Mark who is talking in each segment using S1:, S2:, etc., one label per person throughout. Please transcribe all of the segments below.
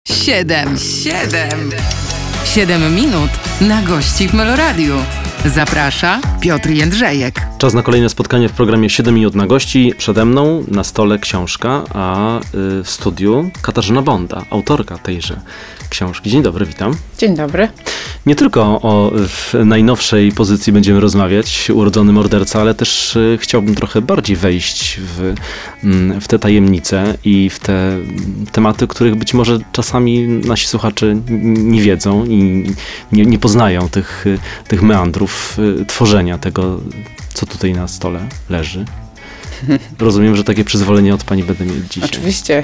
S1: 7 minut na gości w Meloradiu. Zaprasza Piotr Jędrzejek.
S2: Czas na kolejne spotkanie w programie 7 minut na gości. Przede mną na stole książka, a w studiu Katarzyna Bonda, autorka tejże książki. Dzień dobry, witam.
S3: Dzień dobry.
S2: Nie tylko o najnowszej pozycji będziemy rozmawiać, Urodzony morderca, ale też chciałbym trochę bardziej wejść w te tajemnice i w te tematy, których być może czasami nasi słuchacze nie wiedzą i nie poznają tych meandrów tworzenia tego, co tutaj na stole leży. Rozumiem, że takie przyzwolenie od pani będę mieć dzisiaj.
S3: Oczywiście.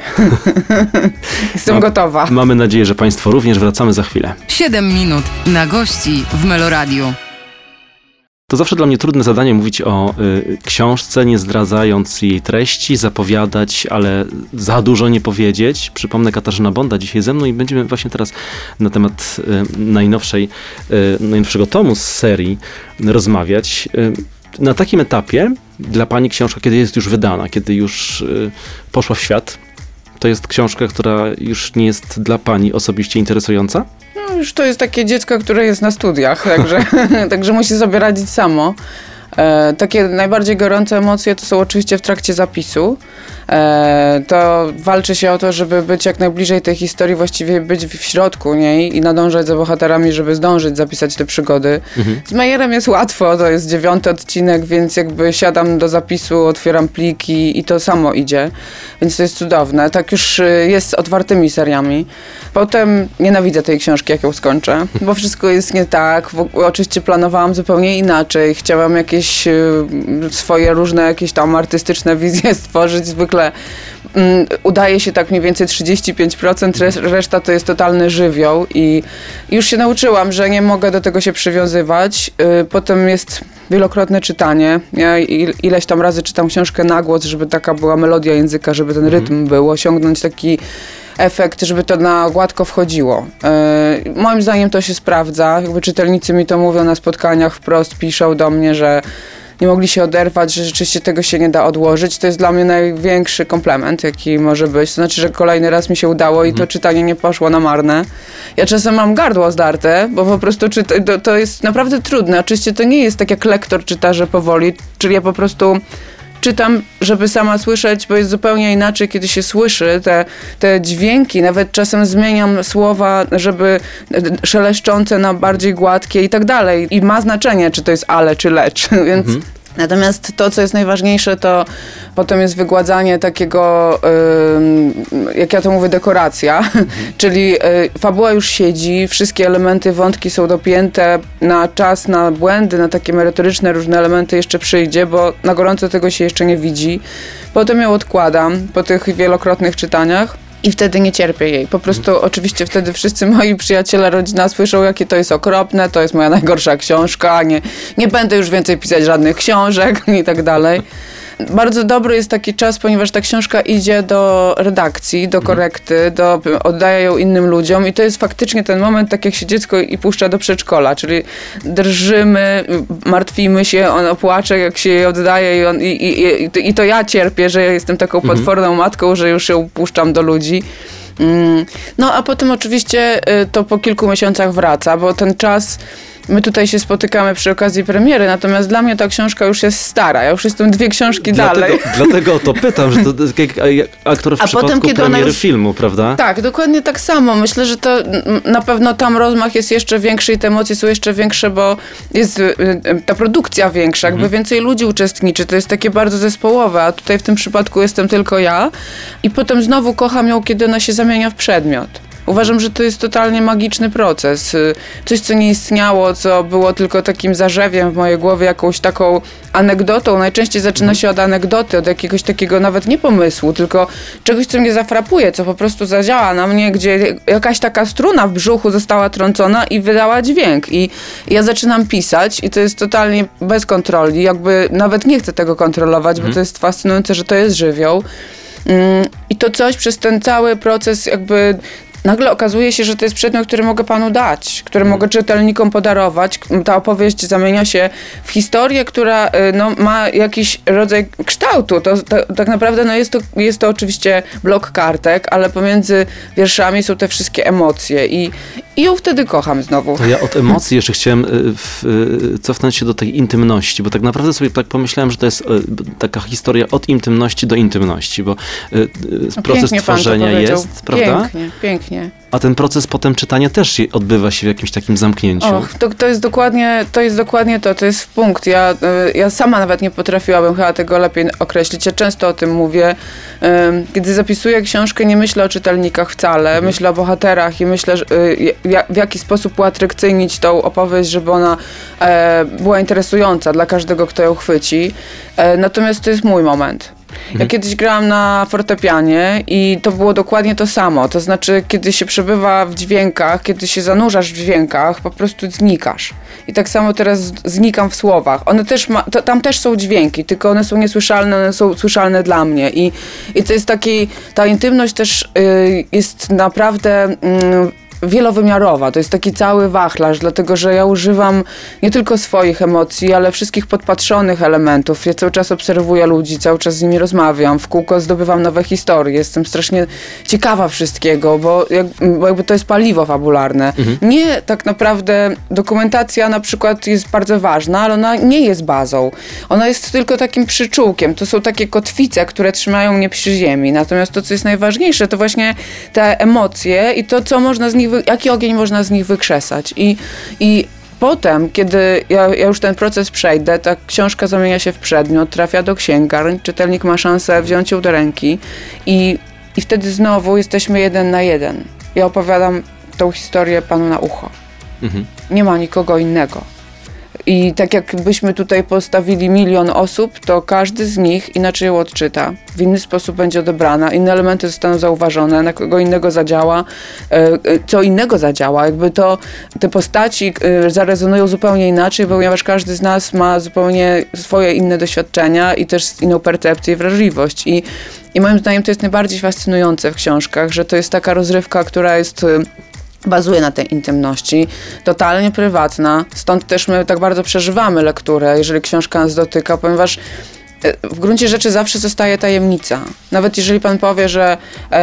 S3: Jestem gotowa.
S2: Mamy nadzieję, że państwo również. Wracamy za chwilę.
S1: 7 minut na gości w Meloradiu.
S2: To zawsze dla mnie trudne zadanie mówić o książce, nie zdradzając jej treści, zapowiadać, ale za dużo nie powiedzieć. Przypomnę, Katarzyna Bonda dzisiaj ze mną i będziemy właśnie teraz na temat najnowszego tomu z serii rozmawiać. Na takim etapie dla pani książka, kiedy jest już wydana, kiedy już poszła w świat, to jest książka, która już nie jest dla pani osobiście interesująca?
S3: No już to jest takie dziecko, które jest na studiach, także musi sobie radzić samo. Takie najbardziej gorące emocje to są oczywiście w trakcie zapisu. To walczy się o to, żeby być jak najbliżej tej historii, właściwie być w środku niej i nadążać za bohaterami, żeby zdążyć zapisać te przygody. Z Majerem jest łatwo, to jest 9 odcinek, więc jakby siadam do zapisu, otwieram pliki i to samo idzie, więc to jest cudowne. Tak już jest z otwartymi seriami. Potem nienawidzę tej książki, jak ją skończę, bo wszystko jest nie tak. Oczywiście planowałam zupełnie inaczej. Chciałam jakieś swoje różne jakieś tam artystyczne wizje stworzyć. Zwykle udaje się tak mniej więcej 35%, reszta to jest totalny żywioł i już się nauczyłam, że nie mogę do tego się przywiązywać. Potem jest wielokrotne czytanie. Ja ileś tam razy czytam książkę na głos, żeby taka była melodia języka, żeby ten rytm był, osiągnąć taki efekt, żeby to na gładko wchodziło. Moim zdaniem to się sprawdza. Jakby czytelnicy mi to mówią na spotkaniach, wprost piszą do mnie, że nie mogli się oderwać, że rzeczywiście tego się nie da odłożyć. To jest dla mnie największy komplement, jaki może być. To znaczy, że kolejny raz mi się udało i to czytanie nie poszło na marne. Ja czasem mam gardło zdarte, bo po prostu to jest naprawdę trudne. Oczywiście to nie jest tak, jak lektor czyta, że powoli, czyli ja po prostu czytam, żeby sama słyszeć, bo jest zupełnie inaczej, kiedy się słyszy te dźwięki. Nawet czasem zmieniam słowa, żeby szeleszczące na bardziej gładkie i tak dalej. I ma znaczenie, czy to jest ale, czy lecz. Więc natomiast to, co jest najważniejsze, to potem jest wygładzanie takiego, jak ja to mówię, dekoracja. Czyli fabuła już siedzi, wszystkie elementy, wątki są dopięte, na czas, na błędy, na takie merytoryczne różne elementy jeszcze przyjdzie, bo na gorąco tego się jeszcze nie widzi. Potem ją odkładam po tych wielokrotnych czytaniach. I wtedy nie cierpię jej. Po prostu oczywiście wtedy wszyscy moi przyjaciele, rodzina słyszą, jakie to jest okropne, to jest moja najgorsza książka, nie będę już więcej pisać żadnych książek i tak dalej. Bardzo dobry jest taki czas, ponieważ ta książka idzie do redakcji, do korekty, oddaje ją innym ludziom i to jest faktycznie ten moment, tak jak się dziecko i puszcza do przedszkola, czyli drżymy, martwimy się, ono płacze, jak się jej oddaje i to ja cierpię, że ja jestem taką potworną matką, że już ją puszczam do ludzi. No a potem oczywiście to po kilku miesiącach wraca, bo ten czas, my tutaj się spotykamy przy okazji premiery, natomiast dla mnie ta książka już jest stara. Ja już jestem 2 książki dalej.
S2: Dlatego o to pytam, że to jak aktor w przypadku premiery filmu, prawda? Tak,
S3: dokładnie tak samo. Myślę, że to na pewno tam rozmach jest jeszcze większy i te emocje są jeszcze większe, bo jest ta produkcja większa, jakby więcej ludzi uczestniczy. To jest takie bardzo zespołowe, a tutaj w tym przypadku jestem tylko ja. I potem znowu kocham ją, kiedy ona się zamienia w przedmiot. Uważam, że to jest totalnie magiczny proces. Coś, co nie istniało, co było tylko takim zarzewiem w mojej głowie, jakąś taką anegdotą. Najczęściej zaczyna się od anegdoty, od jakiegoś takiego nawet nie pomysłu, tylko czegoś, co mnie zafrapuje, co po prostu zadziała na mnie, gdzie jakaś taka struna w brzuchu została trącona i wydała dźwięk. I ja zaczynam pisać i to jest totalnie bez kontroli. Jakby nawet nie chcę tego kontrolować, bo to jest fascynujące, że to jest żywioł. I to coś przez ten cały proces jakby nagle okazuje się, że to jest przedmiot, który mogę panu dać, który mogę czytelnikom podarować. Ta opowieść zamienia się w historię, która ma jakiś rodzaj kształtu. To tak naprawdę jest to oczywiście blok kartek, ale pomiędzy wierszami są te wszystkie emocje i ją wtedy kocham znowu.
S2: To ja od emocji jeszcze chciałem cofnąć się do tej intymności, bo tak naprawdę sobie tak pomyślałem, że to jest taka historia od intymności do intymności, bo proces tworzenia jest, prawda?
S3: Pięknie.
S2: A ten proces potem czytania też odbywa się w jakimś takim zamknięciu.
S3: To jest dokładnie to jest punkt. Ja sama nawet nie potrafiłabym chyba tego lepiej określić. Ja często o tym mówię. Kiedy zapisuję książkę, nie myślę o czytelnikach wcale. Myślę o bohaterach i myślę, w jaki sposób uatrakcyjnić tą opowieść, żeby ona była interesująca dla każdego, kto ją chwyci. Natomiast to jest mój moment. Ja kiedyś grałam na fortepianie i to było dokładnie to samo. To znaczy, kiedy się przebywa w dźwiękach, kiedy się zanurzasz w dźwiękach, po prostu znikasz. I tak samo teraz znikam w słowach. One też tam też są dźwięki, tylko one są niesłyszalne, one są słyszalne dla mnie. I to jest ta intymność też jest naprawdę wielowymiarowa. To jest taki cały wachlarz, dlatego że ja używam nie tylko swoich emocji, ale wszystkich podpatrzonych elementów. Ja cały czas obserwuję ludzi, cały czas z nimi rozmawiam, w kółko zdobywam nowe historie. Jestem strasznie ciekawa wszystkiego, bo jakby to jest paliwo fabularne. Nie tak naprawdę dokumentacja na przykład jest bardzo ważna, ale ona nie jest bazą. Ona jest tylko takim przyczółkiem. To są takie kotwice, które trzymają mnie przy ziemi. Natomiast to, co jest najważniejsze, to właśnie te emocje i to, co można z nich jaki ogień można z nich wykrzesać. I potem, kiedy ja już ten proces przejdę, ta książka zamienia się w przedmiot, trafia do księgarni, czytelnik ma szansę wziąć ją do ręki i wtedy znowu jesteśmy 1 na 1. Ja opowiadam tą historię panu na ucho. Nie ma nikogo innego. I tak jakbyśmy tutaj postawili 1 000 000 osób, to każdy z nich inaczej ją odczyta. W inny sposób będzie odebrana, inne elementy zostaną zauważone, na kogo innego zadziała, co innego zadziała. Jakby te postaci zarezonują zupełnie inaczej, ponieważ każdy z nas ma zupełnie swoje inne doświadczenia i też inną percepcję i wrażliwość. I moim zdaniem to jest najbardziej fascynujące w książkach, że to jest taka rozrywka, która bazuje na tej intymności, totalnie prywatna, stąd też my tak bardzo przeżywamy lekturę, jeżeli książka nas dotyka, ponieważ w gruncie rzeczy zawsze zostaje tajemnica. Nawet jeżeli pan powie, że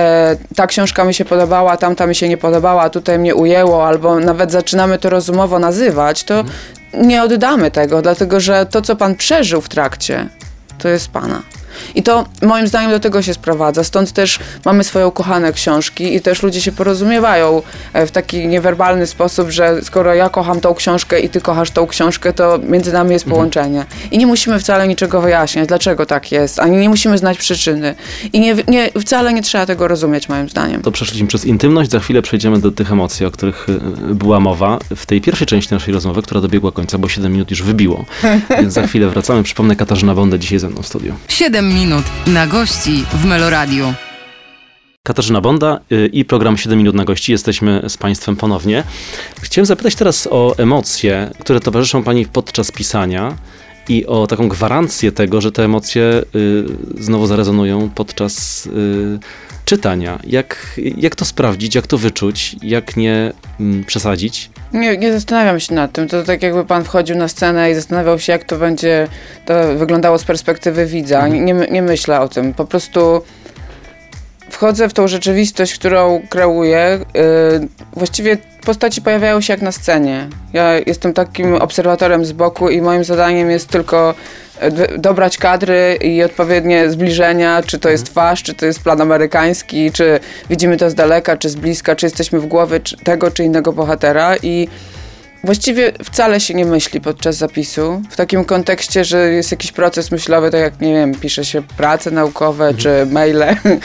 S3: ta książka mi się podobała, tamta mi się nie podobała, a tutaj mnie ujęło, albo nawet zaczynamy to rozumowo nazywać, to nie oddamy tego, dlatego że to, co pan przeżył w trakcie, to jest pana. I to moim zdaniem do tego się sprowadza. Stąd też mamy swoje ukochane książki i też ludzie się porozumiewają w taki niewerbalny sposób, że skoro ja kocham tą książkę i ty kochasz tą książkę, to między nami jest połączenie. I nie musimy wcale niczego wyjaśniać, dlaczego tak jest, ani nie musimy znać przyczyny. I wcale nie trzeba tego rozumieć, moim zdaniem.
S2: To przeszliśmy przez intymność, za chwilę przejdziemy do tych emocji, o których była mowa w tej pierwszej części naszej rozmowy, która dobiegła końca, bo 7 minut już wybiło. Więc za chwilę wracamy. Przypomnę, Katarzyna Bonda dzisiaj ze mną w studiu.
S1: 7 minut na gości w Meloradiu.
S2: Katarzyna Bonda i program 7 minut na gości. Jesteśmy z Państwem ponownie. Chciałem zapytać teraz o emocje, które towarzyszą Pani podczas pisania i o taką gwarancję tego, że te emocje znowu zarezonują podczas czytania. Jak to sprawdzić, jak to wyczuć, jak nie przesadzić?
S3: Nie zastanawiam się nad tym. To tak jakby pan wchodził na scenę i zastanawiał się, jak to będzie wyglądało z perspektywy widza. Nie myślę o tym. Po prostu wchodzę w tą rzeczywistość, którą kreuję. Właściwie postaci pojawiają się jak na scenie. Ja jestem takim obserwatorem z boku i moim zadaniem jest tylko dobrać kadry i odpowiednie zbliżenia, czy to jest twarz, czy to jest plan amerykański, czy widzimy to z daleka, czy z bliska, czy jesteśmy w głowie tego czy innego bohatera i właściwie wcale się nie myśli podczas zapisu, w takim kontekście, że jest jakiś proces myślowy, tak jak, nie wiem, pisze się prace naukowe, czy maile.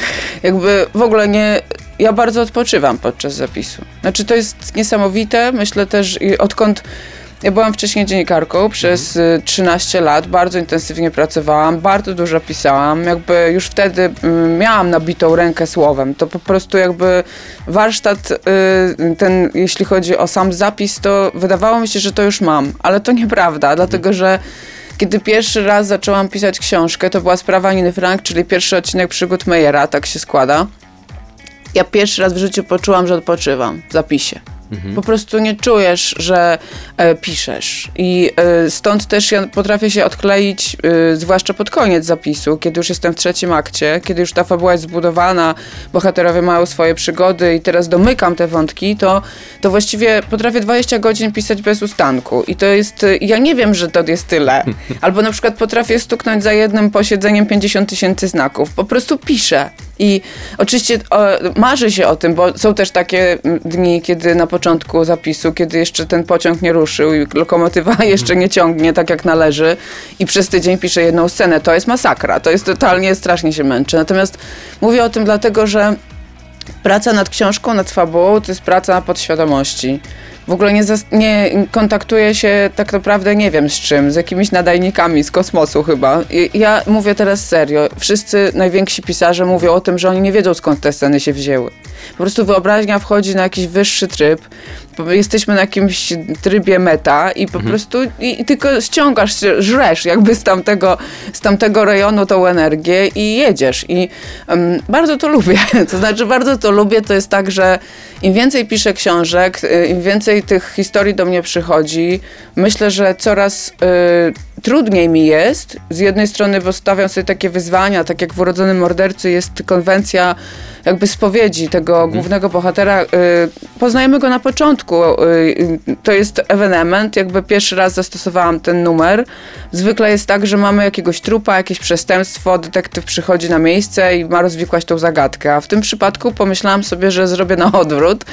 S3: Jakby w ogóle ja bardzo odpoczywam podczas zapisu. Znaczy to jest niesamowite, myślę też, odkąd ja byłam wcześniej dziennikarką, przez 13 lat bardzo intensywnie pracowałam, bardzo dużo pisałam, jakby już wtedy miałam nabitą rękę słowem. To po prostu jakby warsztat ten, jeśli chodzi o sam zapis, to wydawało mi się, że to już mam, ale to nieprawda, dlatego że kiedy pierwszy raz zaczęłam pisać książkę, to była sprawa Niny Frank, czyli pierwszy odcinek Przygód Mejera, tak się składa. ja pierwszy raz w życiu poczułam, że odpoczywam w zapisie. Po prostu nie czujesz, że piszesz. I stąd też ja potrafię się odkleić, zwłaszcza pod koniec zapisu, kiedy już jestem w trzecim akcie, kiedy już ta fabuła jest zbudowana, bohaterowie mają swoje przygody i teraz domykam te wątki, to właściwie potrafię 20 godzin pisać bez ustanku. I to jest, ja nie wiem, że to jest tyle. Albo na przykład potrafię stuknąć za jednym posiedzeniem 50 000 znaków. Po prostu piszę. I oczywiście marzy się o tym, bo są też takie dni, kiedy na początku zapisu, kiedy jeszcze ten pociąg nie ruszył i lokomotywa jeszcze nie ciągnie tak jak należy i przez tydzień piszę jedną scenę. To jest masakra, to jest totalnie, strasznie się męczę. Natomiast mówię o tym dlatego, że praca nad książką, nad fabułą to jest praca podświadomości. W ogóle nie kontaktuję się tak naprawdę nie wiem z czym, z jakimiś nadajnikami z kosmosu chyba. Ja mówię teraz serio. Wszyscy najwięksi pisarze mówią o tym, że oni nie wiedzą skąd te sceny się wzięły. Po prostu wyobraźnia wchodzi na jakiś wyższy tryb. Jesteśmy na jakimś trybie meta i po prostu i tylko ściągasz, żresz jakby z tamtego rejonu tą energię i jedziesz. I bardzo to lubię. To znaczy bardzo to lubię. To jest tak, że im więcej piszę książek, im więcej tych historii do mnie przychodzi, myślę, że coraz trudniej mi jest. Z jednej strony, bo stawiam sobie takie wyzwania, tak jak w Urodzonym mordercy jest konwencja jakby spowiedzi tego głównego bohatera. Poznajemy go na początku. To jest ewenement, jakby pierwszy raz zastosowałam ten numer. Zwykle jest tak, że mamy jakiegoś trupa, jakieś przestępstwo, detektyw przychodzi na miejsce i ma rozwikłać tą zagadkę. A w tym przypadku pomyślałam sobie, że zrobię na odwrót.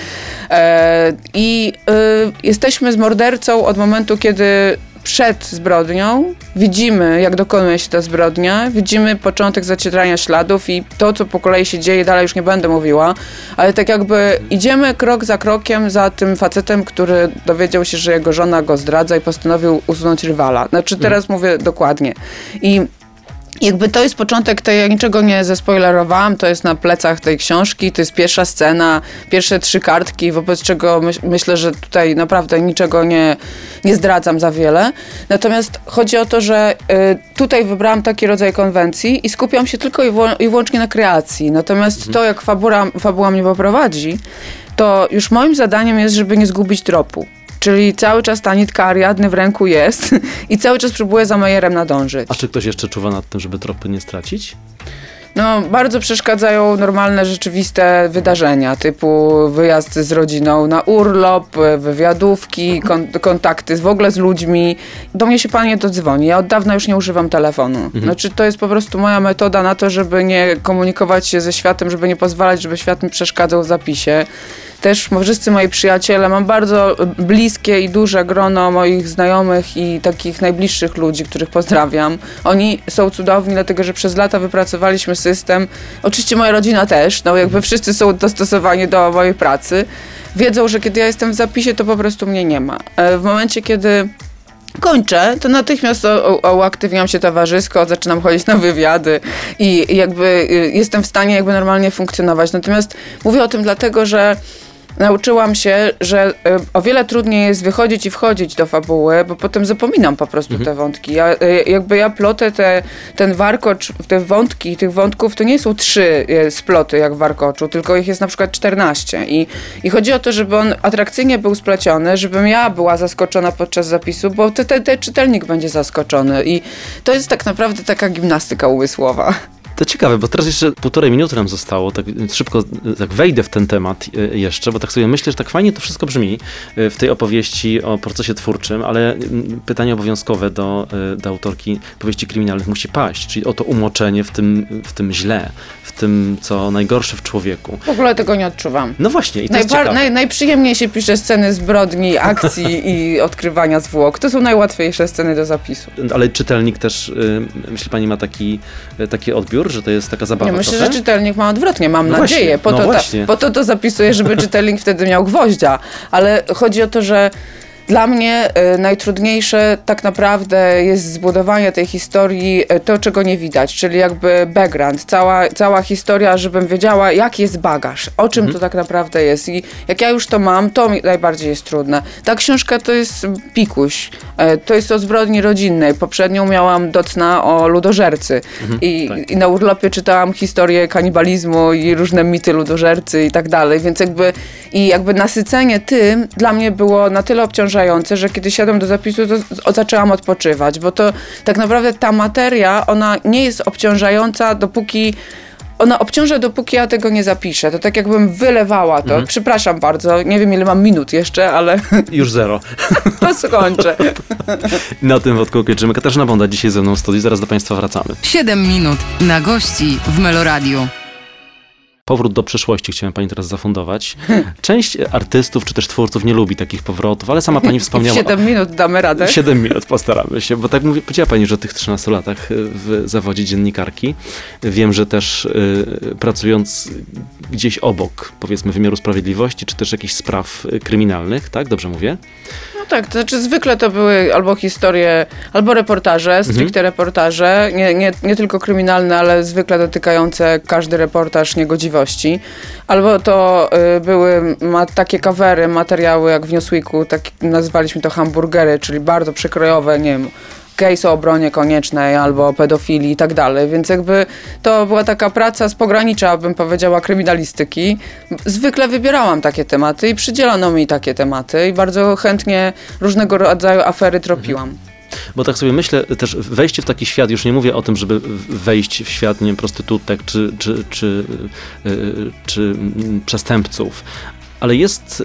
S3: Jesteśmy z mordercą od momentu, kiedy przed zbrodnią widzimy, jak dokonuje się ta zbrodnia, widzimy początek zacierania śladów i to, co po kolei się dzieje, dalej już nie będę mówiła, ale tak jakby idziemy krok za krokiem za tym facetem, który dowiedział się, że jego żona go zdradza i postanowił usunąć rywala. Znaczy teraz mówię dokładnie. I jakby to jest początek tej, ja niczego nie zespoilerowałam, to jest na plecach tej książki, to jest pierwsza scena, pierwsze 3 kartki, wobec czego myślę, że tutaj naprawdę niczego nie zdradzam za wiele. Natomiast chodzi o to, że tutaj wybrałam taki rodzaj konwencji i skupiam się tylko i wyłącznie na kreacji. Natomiast to, jak fabuła mnie poprowadzi, to już moim zadaniem jest, żeby nie zgubić tropu. Czyli cały czas ta nitka Ariadny w ręku jest i cały czas próbuję za Majerem nadążyć.
S2: A czy ktoś jeszcze czuwa nad tym, żeby tropy nie stracić?
S3: No, bardzo przeszkadzają normalne, rzeczywiste wydarzenia, typu wyjazd z rodziną na urlop, wywiadówki, kontakty w ogóle z ludźmi. Do mnie się pan nie dodzwoni. Ja od dawna już nie używam telefonu. Znaczy, to jest po prostu moja metoda na to, żeby nie komunikować się ze światem, żeby nie pozwalać, żeby świat mi przeszkadzał w zapisie. Też wszyscy moi przyjaciele, mam bardzo bliskie i duże grono moich znajomych i takich najbliższych ludzi, których pozdrawiam. Oni są cudowni, dlatego że przez lata wypracowaliśmy system. Oczywiście moja rodzina też, no jakby wszyscy są dostosowani do mojej pracy. Wiedzą, że kiedy ja jestem w zapisie, to po prostu mnie nie ma. W momencie, kiedy kończę, to natychmiast uaktywniam się towarzysko, zaczynam chodzić na wywiady i jakby jestem w stanie jakby normalnie funkcjonować. Natomiast mówię o tym dlatego, że nauczyłam się, że o wiele trudniej jest wychodzić i wchodzić do fabuły, bo potem zapominam po prostu te wątki. Ja plotę ten warkocz, te wątki, tych wątków to nie są 3 sploty jak w warkoczu, tylko ich jest na przykład 14. I chodzi o to, żeby on atrakcyjnie był spleciony, żebym ja była zaskoczona podczas zapisu, bo czytelnik będzie zaskoczony. I to jest tak naprawdę taka gimnastyka umysłowa.
S2: To ciekawe, bo teraz jeszcze 1,5 minuty nam zostało, tak szybko tak wejdę w ten temat jeszcze, bo tak sobie myślę, że tak fajnie to wszystko brzmi w tej opowieści o procesie twórczym, ale pytanie obowiązkowe do autorki powieści kryminalnych musi paść, czyli o to umoczenie w tym źle, w tym, co najgorsze w człowieku.
S3: W ogóle tego nie odczuwam.
S2: No właśnie, i to jest ciekawe.
S3: Najprzyjemniej się pisze sceny zbrodni, akcji i odkrywania zwłok. To są najłatwiejsze sceny do zapisu.
S2: Ale czytelnik też, myśli pani, ma taki odbiór, że to jest taka zabawa?
S3: Ja myślę, że czytelnik ma odwrotnie, mam nadzieję.
S2: Właśnie,
S3: po to zapisuję, żeby czytelnik wtedy miał gwoździa. Ale chodzi o to, że Dla mnie najtrudniejsze tak naprawdę jest zbudowanie tej historii, to czego nie widać, czyli jakby background, cała historia, żebym wiedziała, jaki jest bagaż, o czym to tak naprawdę jest. I jak ja już to mam, to mi najbardziej jest trudne. Ta książka to jest pikuś, to jest o zbrodni rodzinnej. Poprzednią miałam do cna o ludożercy i na urlopie czytałam historię kanibalizmu i różne mity ludożercy i tak dalej, więc jakby nasycenie tym dla mnie było na tyle obciążające, że kiedy siadam do zapisu, to zaczęłam odpoczywać, bo to tak naprawdę ta materia, ona nie jest obciążająca, ona obciąża, dopóki ja tego nie zapiszę. To tak jakbym wylewała to. Przepraszam bardzo, nie wiem ile mam minut jeszcze, ale...
S2: Już 0.
S3: To skończę.
S2: Na tym wątku kończymy. Katarzyna Bonda dzisiaj ze mną w studiu, zaraz do Państwa wracamy.
S1: 7 minut na gości w Meloradiu.
S2: Powrót do przeszłości chciałem Pani teraz zafundować. Część artystów czy też twórców nie lubi takich powrotów, ale sama Pani wspomniała...
S3: W 7 minut damy radę.
S2: W 7 minut postaramy się, bo tak powiedziała Pani, że o tych 13 latach w zawodzie dziennikarki. Wiem, że też pracując gdzieś obok, powiedzmy, wymiaru sprawiedliwości, czy też jakichś spraw kryminalnych, tak? Dobrze mówię?
S3: No tak, to znaczy zwykle to były albo historie, albo reportaże, stricte reportaże, nie tylko kryminalne, ale zwykle dotykające każdy reportaż niegodziwości. Albo to były takie covery, materiały jak w Newsweeku, tak nazywaliśmy to hamburgery, czyli bardzo przekrojowe, nie wiem, case o obronie koniecznej albo o pedofilii i tak dalej, więc jakby to była taka praca z pogranicza, bym powiedziała, kryminalistyki. Zwykle wybierałam takie tematy i przydzielono mi takie tematy i bardzo chętnie różnego rodzaju afery tropiłam.
S2: Bo tak sobie myślę, też wejście w taki świat, już nie mówię o tym, żeby wejść w świat, nie wiem, prostytutek czy przestępców, ale jest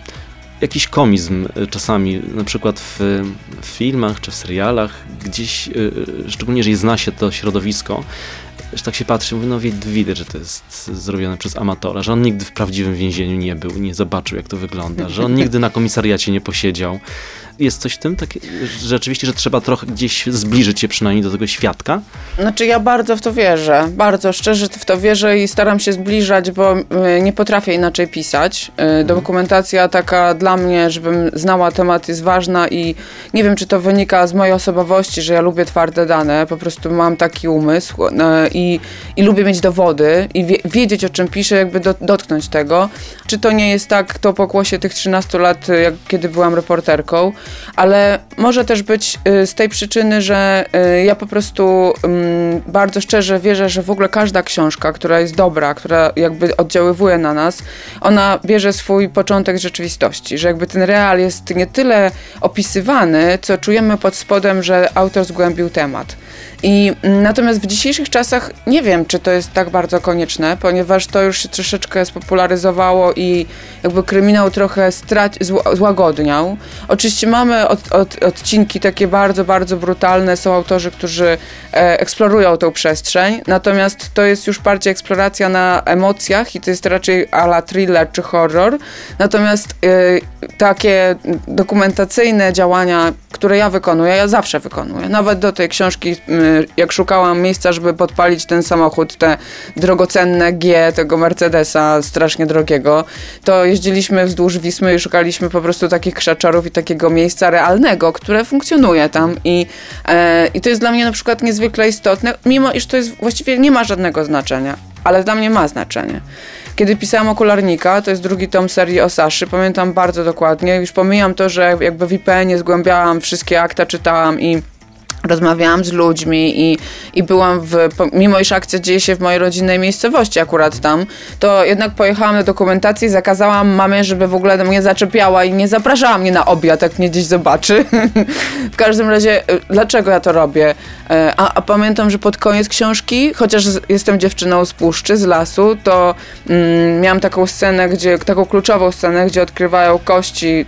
S2: jakiś komizm czasami, na przykład w filmach czy w serialach, gdzieś, szczególnie jeżeli zna się to środowisko, że tak się patrzy, mówi, no widać, że to jest zrobione przez amatora, że on nigdy w prawdziwym więzieniu nie był, nie zobaczył, jak to wygląda, że on nigdy na komisariacie nie posiedział. Jest coś w tym, takie, rzeczywiście, że trzeba trochę gdzieś zbliżyć się przynajmniej do tego świadka?
S3: Znaczy ja bardzo w to wierzę, bardzo szczerze w to wierzę i staram się zbliżać, bo nie potrafię inaczej pisać. Dokumentacja taka dla mnie, żebym znała temat, jest ważna i nie wiem, czy to wynika z mojej osobowości, że ja lubię twarde dane, po prostu mam taki umysł i lubię mieć dowody i wiedzieć, o czym piszę, jakby dotknąć tego. Czy to nie jest tak, to pokłosie tych 13 lat, jak kiedy byłam reporterką, ale może też być z tej przyczyny, że ja po prostu bardzo szczerze wierzę, że w ogóle każda książka, która jest dobra, która jakby oddziaływuje na nas, ona bierze swój początek z rzeczywistości, że jakby ten real jest nie tyle opisywany, co czujemy pod spodem, że autor zgłębił temat. I natomiast w dzisiejszych czasach nie wiem, czy to jest tak bardzo konieczne, ponieważ to już się troszeczkę spopularyzowało i jakby kryminał trochę złagodniał. Oczywiście mamy odcinki takie bardzo, bardzo brutalne, są autorzy, którzy eksplorują tą przestrzeń, natomiast to jest już bardziej eksploracja na emocjach i to jest raczej a la thriller czy horror. Natomiast takie dokumentacyjne działania, które ja wykonuję, ja zawsze wykonuję. Nawet do tej książki, jak szukałam miejsca, żeby podpalić ten samochód, te drogocenne G, tego Mercedesa strasznie drogiego, to jeździliśmy wzdłuż Wisły i szukaliśmy po prostu takich krzaczorów i takiego miejsca realnego, które funkcjonuje tam i to jest dla mnie na przykład niezwykle istotne, mimo iż to jest właściwie nie ma żadnego znaczenia, ale dla mnie ma znaczenie. Kiedy pisałam Okularnika, to jest drugi tom serii o Saszy, pamiętam bardzo dokładnie, już pomijam to, że jakby w IPN-ie zgłębiałam wszystkie akta, czytałam i rozmawiałam z ludźmi i byłam mimo iż akcja dzieje się w mojej rodzinnej miejscowości akurat tam, to jednak pojechałam na dokumentację i zakazałam mamie, żeby w ogóle mnie zaczepiała i nie zapraszała mnie na obiad, jak mnie gdzieś zobaczy. W każdym razie, dlaczego ja to robię? A pamiętam, że pod koniec książki, chociaż jestem dziewczyną z puszczy, z lasu, to miałam taką scenę, taką kluczową scenę, gdzie odkrywają kości,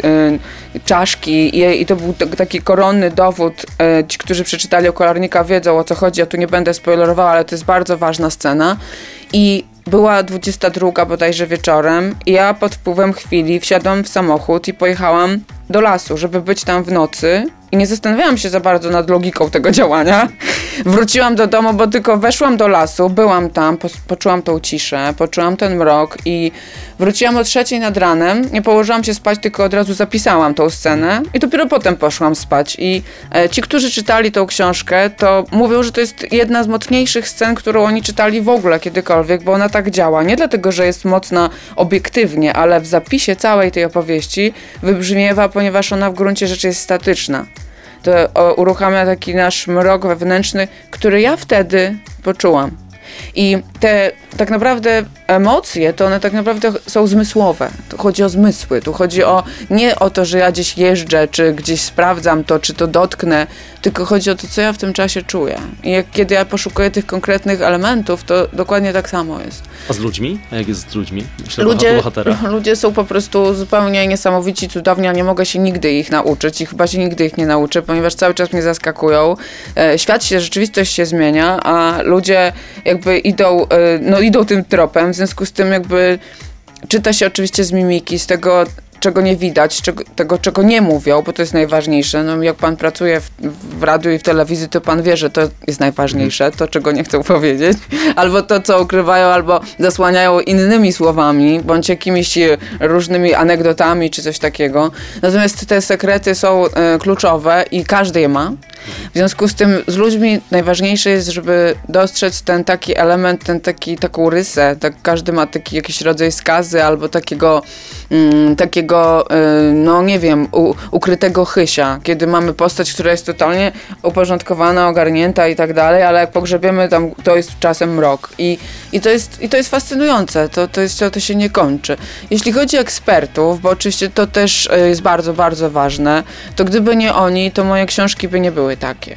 S3: czaszki i to był taki koronny dowód. Ci, którzy przeczytali Okularnika, wiedzą, o co chodzi, ja tu nie będę spoilerowała, ale to jest bardzo ważna scena. I była 22 bodajże wieczorem i ja pod wpływem chwili wsiadłam w samochód i pojechałam do lasu, żeby być tam w nocy i nie zastanawiałam się za bardzo nad logiką tego działania. Wróciłam do domu, bo tylko weszłam do lasu, byłam tam, poczułam tą ciszę, poczułam ten mrok i Wróciłam o 3:00 nad ranem, nie położyłam się spać, tylko od razu zapisałam tą scenę i dopiero potem poszłam spać. I ci, którzy czytali tą książkę, to mówią, że to jest jedna z mocniejszych scen, którą oni czytali w ogóle kiedykolwiek, bo ona tak działa. Nie dlatego, że jest mocna obiektywnie, ale w zapisie całej tej opowieści wybrzmiewa, ponieważ ona w gruncie rzeczy jest statyczna. To uruchamia taki nasz mrok wewnętrzny, który ja wtedy poczułam. I te tak naprawdę emocje, to one tak naprawdę są zmysłowe. Tu chodzi o zmysły, tu chodzi nie o to, że ja gdzieś jeżdżę, czy gdzieś sprawdzam to, czy to dotknę, tylko chodzi o to, co ja w tym czasie czuję. I kiedy ja poszukuję tych konkretnych elementów, to dokładnie tak samo jest.
S2: A z ludźmi? A jak jest z ludźmi? Myślę o bohaterach.
S3: Ludzie są po prostu zupełnie niesamowici, cudowni, a nie mogę się nigdy ich nauczyć i chyba się nigdy ich nie nauczę, ponieważ cały czas mnie zaskakują. Świat rzeczywistość się zmienia, a ludzie jakby idą tym tropem, w związku z tym jakby czyta się oczywiście z mimiki, z tego, czego nie widać, tego, czego nie mówią, bo to jest najważniejsze. No, jak pan pracuje w radiu i w telewizji, to pan wie, że to jest najważniejsze, to, czego nie chcą powiedzieć, albo to, co ukrywają, albo zasłaniają innymi słowami, bądź jakimiś różnymi anegdotami, czy coś takiego. Natomiast te sekrety są kluczowe i każdy je ma. W związku z tym z ludźmi najważniejsze jest, żeby dostrzec ten taki element, taką rysę. Tak, każdy ma taki jakiś rodzaj skazy albo takiego no nie wiem, ukrytego chysia, kiedy mamy postać, która jest totalnie uporządkowana, ogarnięta i tak dalej, ale jak pogrzebiemy tam, to jest czasem mrok. I to jest fascynujące, to się nie kończy. Jeśli chodzi o ekspertów, bo oczywiście to też jest bardzo, bardzo ważne, to gdyby nie oni, to moje książki by nie były takie.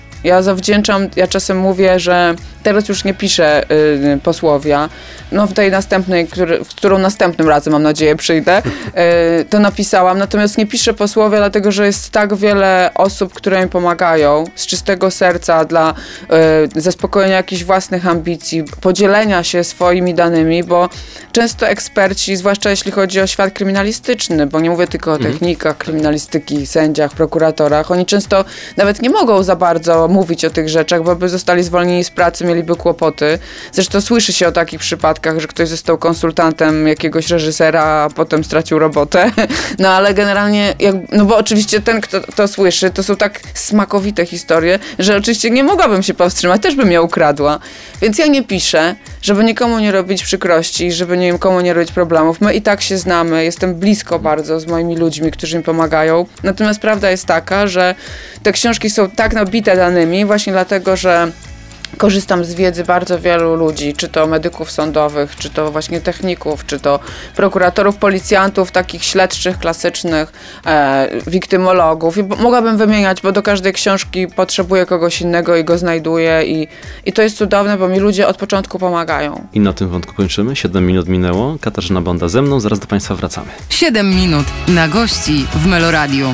S3: Ja czasem mówię, że teraz już nie piszę posłowia, no w tej następnej, w którą następnym razem, mam nadzieję, przyjdę, to napisałam, natomiast nie piszę posłowia, dlatego, że jest tak wiele osób, które mi pomagają z czystego serca dla zaspokojenia jakichś własnych ambicji, podzielenia się swoimi danymi, bo często eksperci, zwłaszcza jeśli chodzi o świat kryminalistyczny, bo nie mówię tylko o technikach kryminalistyki, sędziach, prokuratorach, oni często nawet nie mogą za bardzo mówić o tych rzeczach, bo by zostali zwolnieni z pracy, mieliby kłopoty. Zresztą słyszy się o takich przypadkach, że ktoś został konsultantem jakiegoś reżysera, a potem stracił robotę. No ale generalnie, no bo oczywiście ten, kto to słyszy, to są tak smakowite historie, że oczywiście nie mogłabym się powstrzymać, też bym je ukradła. Więc ja nie piszę, żeby nikomu nie robić przykrości, żeby nikomu nie robić problemów. My i tak się znamy, jestem blisko bardzo z moimi ludźmi, którzy mi pomagają. Natomiast prawda jest taka, że te książki są tak nabite danymi właśnie dlatego, że korzystam z wiedzy bardzo wielu ludzi, czy to medyków sądowych, czy to właśnie techników, czy to prokuratorów, policjantów, takich śledczych, klasycznych, wiktymologów. I mogłabym wymieniać, bo do każdej książki potrzebuję kogoś innego i go znajduję i to jest cudowne, bo mi ludzie od początku pomagają.
S2: I na tym wątku kończymy. 7 minut minęło. Katarzyna Bonda ze mną. Zaraz do Państwa wracamy.
S1: 7 minut na gości w Meloradiu.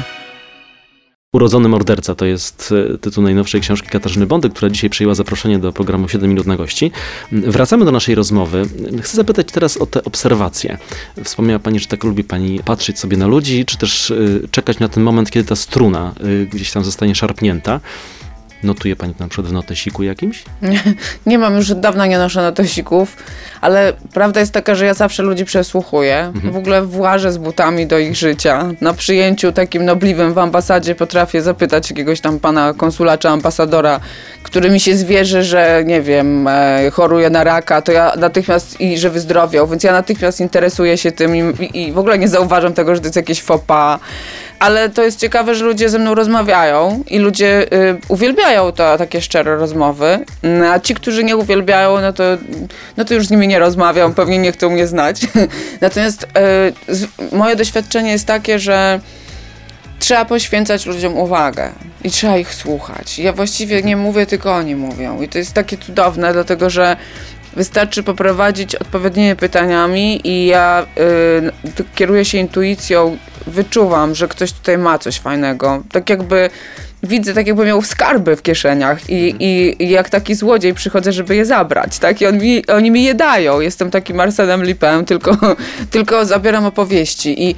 S2: Urodzony morderca to jest tytuł najnowszej książki Katarzyny Bondy, która dzisiaj przyjęła zaproszenie do programu 7 minut na gości. Wracamy do naszej rozmowy. Chcę zapytać teraz o te obserwacje. Wspomniała Pani, że tak lubi Pani patrzeć sobie na ludzi, czy też czekać na ten moment, kiedy ta struna gdzieś tam zostanie szarpnięta. Notuje Pani na przykład w notesiku jakimś?
S3: Nie mam, już od dawna nie noszę notesików, ale prawda jest taka, że ja zawsze ludzi przesłuchuję. W ogóle włażę z butami do ich życia. Na przyjęciu takim nobliwym w ambasadzie potrafię zapytać jakiegoś tam pana konsula czy ambasadora, który mi się zwierzy, że nie wiem, choruje na raka, to ja natychmiast i że wyzdrowiał, więc ja natychmiast interesuję się tym i w ogóle nie zauważam tego, że to jest jakieś faux pas. Ale to jest ciekawe, że ludzie ze mną rozmawiają i ludzie uwielbiają takie szczere rozmowy, a ci, którzy nie uwielbiają, no to już z nimi nie rozmawiam, pewnie nie chcą mnie znać. Natomiast moje doświadczenie jest takie, że trzeba poświęcać ludziom uwagę i trzeba ich słuchać. Ja właściwie nie mówię, tylko oni mówią i to jest takie cudowne, dlatego że wystarczy poprowadzić odpowiednimi pytaniami i ja kieruję się intuicją, wyczuwam, że ktoś tutaj ma coś fajnego. Tak jakby widzę, tak jakby miał skarby w kieszeniach i jak taki złodziej przychodzę, żeby je zabrać, tak? I oni mi je dają. Jestem takim Arsenem Lupin, tylko zabieram opowieści.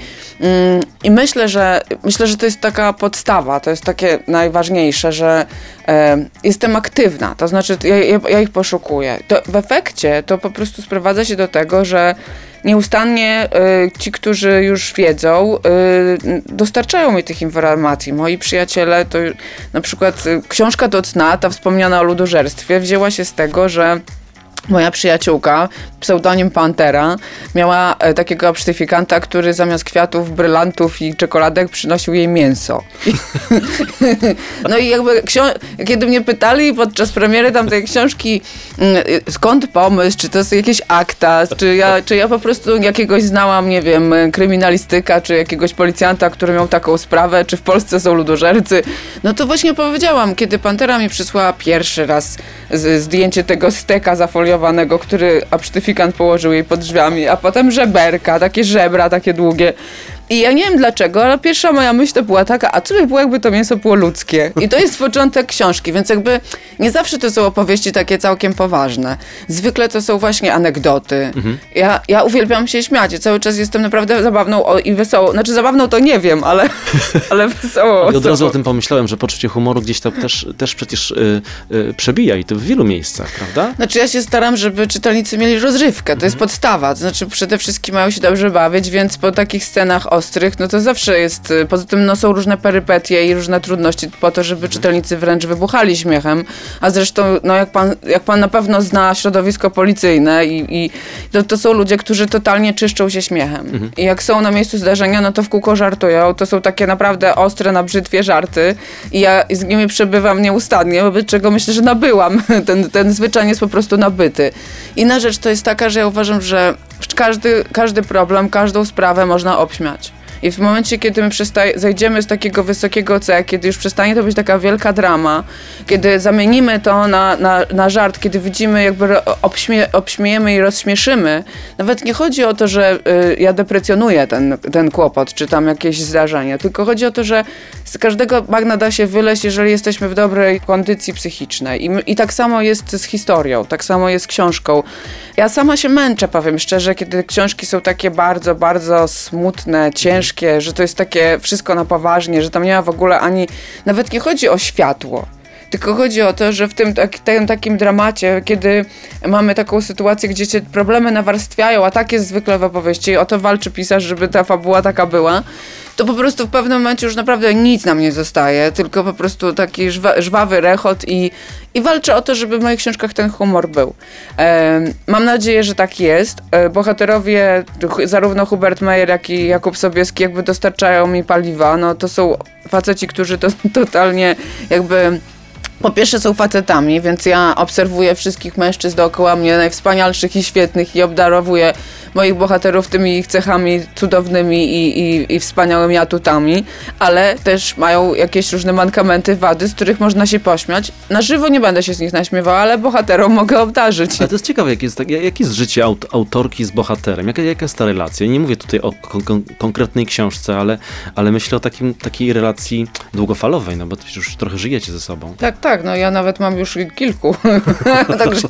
S3: I myślę, że to jest taka podstawa, to jest takie najważniejsze, że jestem aktywna, to znaczy ja ich poszukuję. To w efekcie to po prostu sprowadza się do tego, że nieustannie ci, którzy już wiedzą, dostarczają mi tych informacji. Moi przyjaciele, to na przykład książka do cna, ta wspomniana o ludożerstwie, wzięła się z tego, że moja przyjaciółka, pseudonim Pantera, miała takiego absztyfikanta, który zamiast kwiatów, brylantów i czekoladek przynosił jej mięso. No i jakby kiedy mnie pytali podczas premiery tamtej książki, skąd pomysł, czy to jest jakieś akta, czy ja po prostu jakiegoś znałam, nie wiem, kryminalistyka, czy jakiegoś policjanta, który miał taką sprawę, czy w Polsce są ludożercy, no to właśnie powiedziałam, kiedy Pantera mi przysłała pierwszy raz zdjęcie tego steka zafoliowanego, który absztyfikant położył jej pod drzwiami, a potem żeberka, takie żebra, takie długie. I ja nie wiem dlaczego, ale pierwsza moja myśl to była taka, a co by było, jakby to mięso było ludzkie? I to jest początek książki, więc jakby nie zawsze to są opowieści takie całkiem poważne. Zwykle to są właśnie anegdoty. Ja uwielbiam się śmiać. Ja cały czas jestem naprawdę zabawną i wesołą. Znaczy zabawną to nie wiem, ale wesołą.
S2: I od razu o tym pomyślałem, że poczucie humoru gdzieś tam też przecież przebija i to w wielu miejscach, prawda?
S3: Znaczy ja się staram, żeby czytelnicy mieli rozrywkę. To jest podstawa. To znaczy przede wszystkim mają się dobrze bawić, więc po takich scenach ostrych, no to zawsze jest, poza tym no, są różne perypetie i różne trudności po to, żeby czytelnicy wręcz wybuchali śmiechem, a zresztą, no jak pan na pewno zna środowisko policyjne i to są ludzie, którzy totalnie czyszczą się śmiechem. I jak są na miejscu zdarzenia, no to w kółko żartują, to są takie naprawdę ostre na brzytwie żarty i ja z nimi przebywam nieustannie, wobec czego myślę, że nabyłam. Ten zwyczaj jest po prostu nabyty. Inna rzecz to jest taka, że ja uważam, że każdy problem, każdą sprawę można obśmiać. I w momencie, kiedy my zejdziemy z takiego wysokiego C, kiedy już przestanie to być taka wielka drama, kiedy zamienimy to na żart, kiedy widzimy, jakby obśmiejemy i rozśmieszymy, nawet nie chodzi o to, że ja deprecjonuję ten kłopot, czy tam jakieś zdarzenie, tylko chodzi o to, że z każdego bagna da się wyleźć, jeżeli jesteśmy w dobrej kondycji psychicznej. I tak samo jest z historią, tak samo jest z książką. Ja sama się męczę, powiem szczerze, kiedy książki są takie bardzo, bardzo smutne, ciężkie, że to jest takie wszystko na poważnie, że tam nie ma w ogóle nawet nie chodzi o światło, tylko chodzi o to, że w tym takim dramacie, kiedy mamy taką sytuację, gdzie się problemy nawarstwiają, a tak jest zwykle w opowieści, o to walczy pisarz, żeby ta fabuła taka była, to po prostu w pewnym momencie już naprawdę nic nam nie zostaje, tylko po prostu taki żwawy rechot i walczę o to, żeby w moich książkach ten humor był. Mam nadzieję, że tak jest. Bohaterowie, zarówno Hubert Meyer, jak i Jakub Sobieski jakby dostarczają mi paliwa. No to są faceci, którzy to totalnie jakby... Po pierwsze są facetami, więc ja obserwuję wszystkich mężczyzn dookoła mnie, najwspanialszych i świetnych i obdarowuję moich bohaterów tymi ich cechami cudownymi i wspaniałymi atutami, ale też mają jakieś różne mankamenty, wady, z których można się pośmiać. Na żywo nie będę się z nich naśmiewała, ale bohaterom mogę obdarzyć.
S2: Ale to jest ciekawe, jak jest życie autorki z bohaterem, jaka jest ta relacja? Nie mówię tutaj o konkretnej książce, ale myślę o takiej relacji długofalowej, no bo już trochę żyjecie ze sobą.
S3: Tak, no ja nawet mam już kilku, także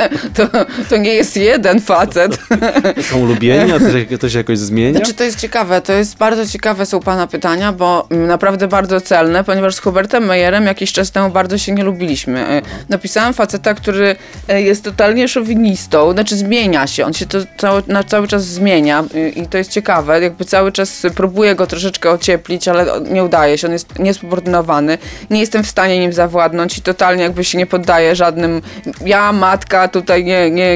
S3: to nie jest jeden facet.
S2: Są ulubienia, to się jakoś zmienia?
S3: Znaczy to jest ciekawe, to jest bardzo ciekawe są pana pytania, bo naprawdę bardzo celne, ponieważ z Hubertem Meyerem jakiś czas temu bardzo się nie lubiliśmy. Napisałam faceta, który jest totalnie szowinistą, znaczy zmienia się, on się to cały czas zmienia i to jest ciekawe, jakby cały czas próbuje go troszeczkę ocieplić, ale nie udaje się, on jest niesubordynowany, nie jestem w stanie nim zawładnąć i totalnie jakby się nie poddaje żadnym, ja, matka, tutaj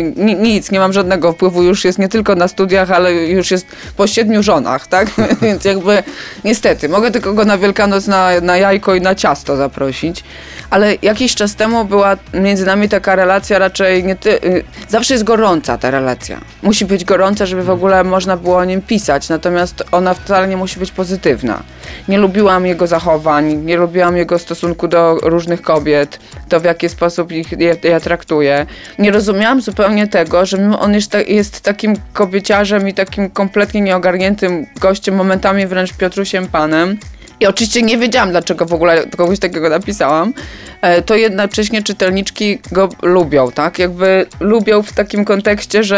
S3: nic, nie mam żadnego wpływu, już jest nie tylko na studiach, ale już jest po 7 żonach, tak? Więc jakby niestety, mogę tylko go na Wielkanoc na jajko i na ciasto zaprosić, ale jakiś czas temu była między nami taka relacja raczej zawsze jest gorąca ta relacja. Musi być gorąca, żeby w ogóle można było o nim pisać, natomiast ona wcale nie musi być pozytywna. Nie lubiłam jego zachowań, nie lubiłam jego stosunku do różnych kobiet, to w jaki sposób je traktuje. Nie rozumiałam zupełnie tego, że mimo on jest takim kobieciarzem i takim kompletnie nieogarniętym gościem, momentami wręcz Piotrusiem Panem. I oczywiście nie wiedziałam, dlaczego w ogóle kogoś takiego napisałam, to jednocześnie czytelniczki go lubią, tak? Jakby lubią w takim kontekście, że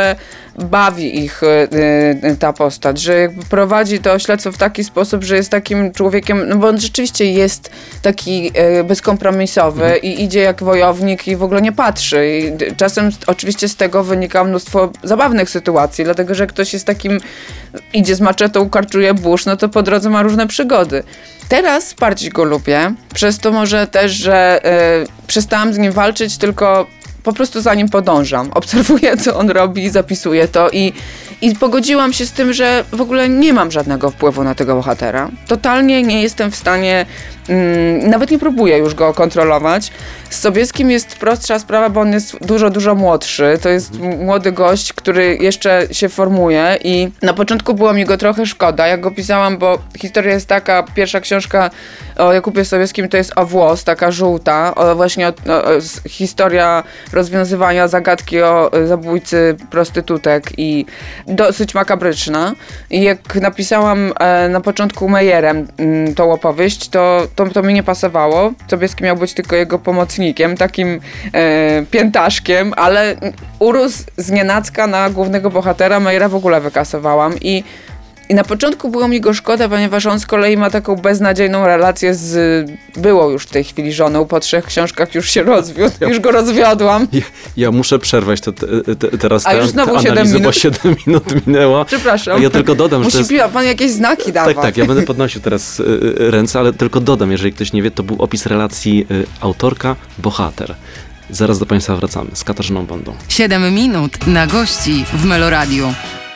S3: bawi ich ta postać, że jakby prowadzi to śledztwo w taki sposób, że jest takim człowiekiem, no bo on rzeczywiście jest taki bezkompromisowy i idzie jak wojownik i w ogóle nie patrzy. I czasem oczywiście z tego wynika mnóstwo zabawnych sytuacji, dlatego że ktoś jest takim, idzie z maczetą, karczuje burz, no to po drodze ma różne przygody. Teraz bardziej go lubię, przez to może też, że przestałam z nim walczyć, tylko po prostu za nim podążam. Obserwuję, co on robi, zapisuję to i pogodziłam się z tym, że w ogóle nie mam żadnego wpływu na tego bohatera. Totalnie nie jestem w stanie, nawet nie próbuję już go kontrolować. Z Sobieskim jest prostsza sprawa, bo on jest dużo, dużo młodszy. To jest młody gość, który jeszcze się formuje i na początku było mi go trochę szkoda, jak go pisałam, bo historia jest taka, pierwsza książka o Jakubie Sobieskim to jest o włos, taka żółta, właśnie historia rozwiązywania zagadki o zabójcy prostytutek i dosyć makabryczna. I jak napisałam na początku Mejerem tą opowieść, to mi nie pasowało. Sobieski miał być tylko jego pomocnikiem, takim piętaszkiem, ale urósł znienacka na głównego bohatera. Mejera w ogóle wykasowałam i na początku było mi go szkoda, ponieważ on z kolei ma taką beznadziejną relację z byłą już w tej chwili żoną. Po 3 książkach już się rozwiódł. Już go rozwiodłam.
S2: Ja muszę przerwać teraz
S3: a już znowu
S2: te
S3: 7
S2: analizy,
S3: minut.
S2: bo 7 minut minęło.
S3: Przepraszam.
S2: A ja tylko dodam, że to jest...
S3: pan jakieś znaki dawać.
S2: Tak, ja będę podnosił teraz ręce, ale tylko dodam, jeżeli ktoś nie wie, to był opis relacji autorka-bohater. Zaraz do Państwa wracamy z Katarzyną Bondą.
S1: 7 minut na gości w Meloradiu.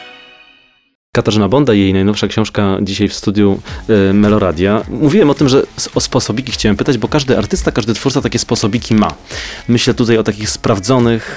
S2: Katarzyna Bonda, jej najnowsza książka dzisiaj w studiu Meloradia. Mówiłem o tym, że o sposobiki chciałem pytać, bo każdy artysta, każdy twórca takie sposobiki ma. Myślę tutaj o takich sprawdzonych,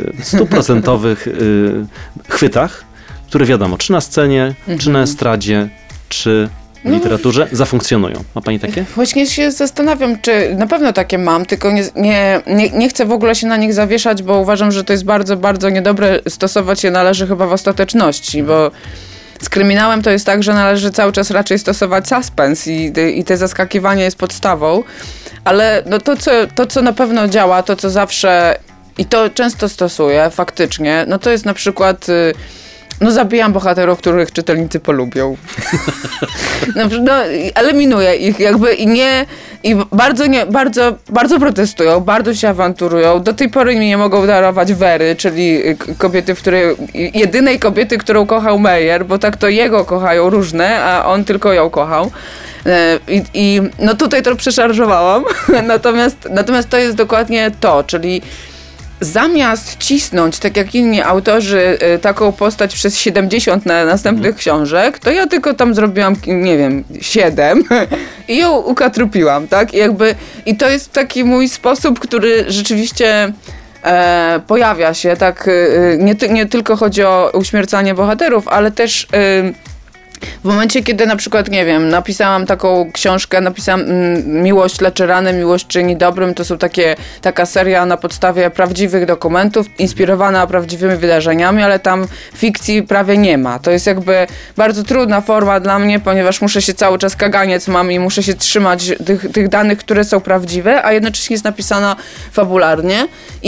S2: 100% chwytach, które wiadomo, czy na scenie, czy na estradzie, czy w literaturze zafunkcjonują. Ma pani takie?
S3: Właśnie się zastanawiam, czy na pewno takie mam, tylko nie chcę w ogóle się na nich zawieszać, bo uważam, że to jest bardzo, bardzo niedobre. Stosować je należy chyba w ostateczności, bo z kryminałem to jest tak, że należy cały czas raczej stosować suspens i te zaskakiwanie jest podstawą, ale no to, co na pewno działa, to co zawsze i to często stosuję faktycznie, no to jest na przykład... zabijam bohaterów, których czytelnicy polubią. Eliminuję ich jakby i bardzo protestują, bardzo się awanturują. Do tej pory mi nie mogą darować Wery, czyli kobiety, jedynej kobiety, którą kochał Meyer, bo tak to jego kochają różne, a on tylko ją kochał. I tutaj to przeszarżowałam. Natomiast to jest dokładnie to, czyli zamiast cisnąć, tak jak inni autorzy, taką postać przez 70 następnych książek, to ja tylko tam zrobiłam, 7 i ją ukatrupiłam, tak? I to jest taki mój sposób, który rzeczywiście pojawia się, tak? Nie tylko chodzi o uśmiercanie bohaterów, ale też... W momencie, kiedy na przykład, napisałam taką książkę, Miłość leczy rany, miłość czyni dobrym, to są taka seria na podstawie prawdziwych dokumentów, inspirowana prawdziwymi wydarzeniami, ale tam fikcji prawie nie ma. To jest jakby bardzo trudna forma dla mnie, ponieważ muszę się cały czas kaganiec mam i muszę się trzymać tych danych, które są prawdziwe, a jednocześnie jest napisana fabularnie